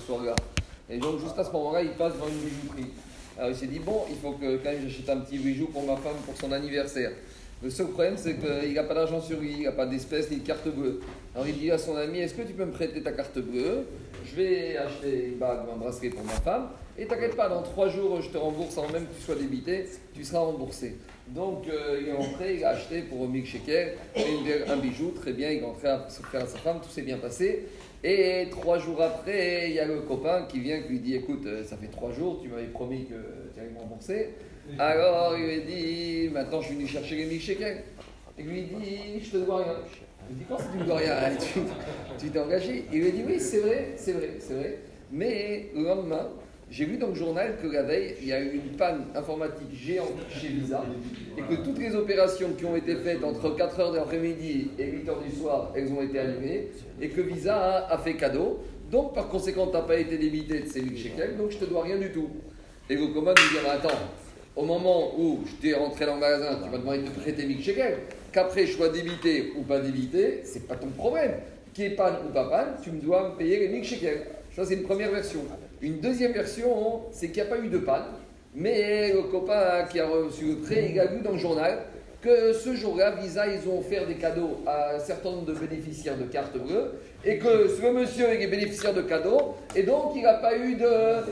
soir-là. Et donc, juste à ce moment-là, il passe devant une bijouterie. Alors, il s'est dit, bon, il faut que quand même j'achète un petit bijou pour ma femme pour son anniversaire. Le seul problème, c'est qu'il n'a pas d'argent sur lui, il n'a pas d'espèce ni de carte bleue. Alors, il dit à son ami, est-ce que tu peux me prêter ta carte bleue? Je vais acheter une bague ou un bracelet pour ma femme. Et t'inquiète pas, dans 3 jours, je te rembourse avant même que tu sois débité, tu seras remboursé. Donc, il est rentré, il a acheté pour 1000 shekels un bijou, très bien, il est rentré à se faire à sa femme, tout s'est bien passé. Et 3 jours après, il y a le copain qui vient, qui lui dit, écoute, ça fait 3 jours, tu m'avais promis que tu allais me rembourser. Alors, il lui dit, maintenant je suis venu chercher les 1000 shekels. Et lui dit, je te dois rien. Il dit, quand c'est tu me dois rien, tu t'es engagé. Il lui dit, oui, c'est vrai. Mais le lendemain, j'ai vu dans le journal que la veille, il y a eu une panne informatique géante chez Visa et que toutes les opérations qui ont été faites entre 4h de l'après-midi et 8h du soir, elles ont été annulées et que Visa a fait cadeau. Donc, par conséquent, tu n'as pas été débité de ces 1000 shekels, donc je te dois rien du tout. Et le commande lui dit, attends, au moment où je t'ai rentré dans le magasin, tu m'as demandé de te prêter 1000 shekels, qu'après je sois débité ou pas débité, c'est pas ton problème. Qu'il y ait panne ou pas panne, tu me dois me payer les 1000 shekels. Ça, c'est une première version. Une deuxième version, c'est qu'il n'y a pas eu de panne, mais le copain qui a reçu le prêt, il a lu dans le journal que ce jour-là, Visa, ils ont offert des cadeaux à un certain nombre de bénéficiaires de carte bleue, et que ce monsieur est bénéficiaire de cadeaux, et donc il n'a pas eu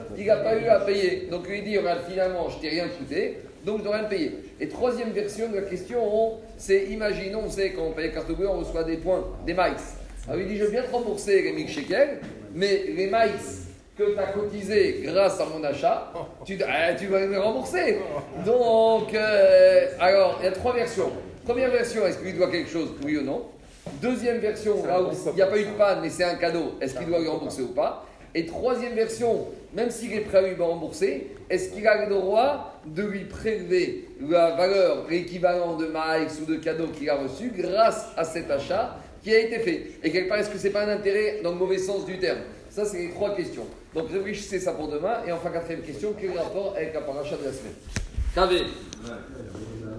à payer. Donc il dit, finalement, je t'ai rien coûté, donc je dois rien payer. Et troisième version de la question, c'est, imaginons, vous savez, quand on paye carte bleue, on reçoit des points, des miles. Alors il dit, je veux bien te rembourser les 1000 shekels, mais les miles que tu as cotisé grâce à mon achat, tu dois me rembourser. Donc, alors, il y a 3 versions. Première version, est-ce qu'il lui doit quelque chose, oui ou non? Deuxième version, là où il n'y a pas eu de panne, mais c'est un cadeau, est-ce qu'il doit lui rembourser ou pas? Et troisième version, même s'il est prêt à lui rembourser, est-ce qu'il a le droit de lui prélever la valeur, l'équivalent de miles ou de cadeaux qu'il a reçu grâce à cet achat qui a été fait? Et quelque part, est-ce que ce n'est pas un intérêt dans le mauvais sens du terme? Ça, c'est les 3 questions. Donc, réfléchissez ça pour demain. Et enfin, 4e question, quel est le rapport avec la paracha de la semaine? Kavé.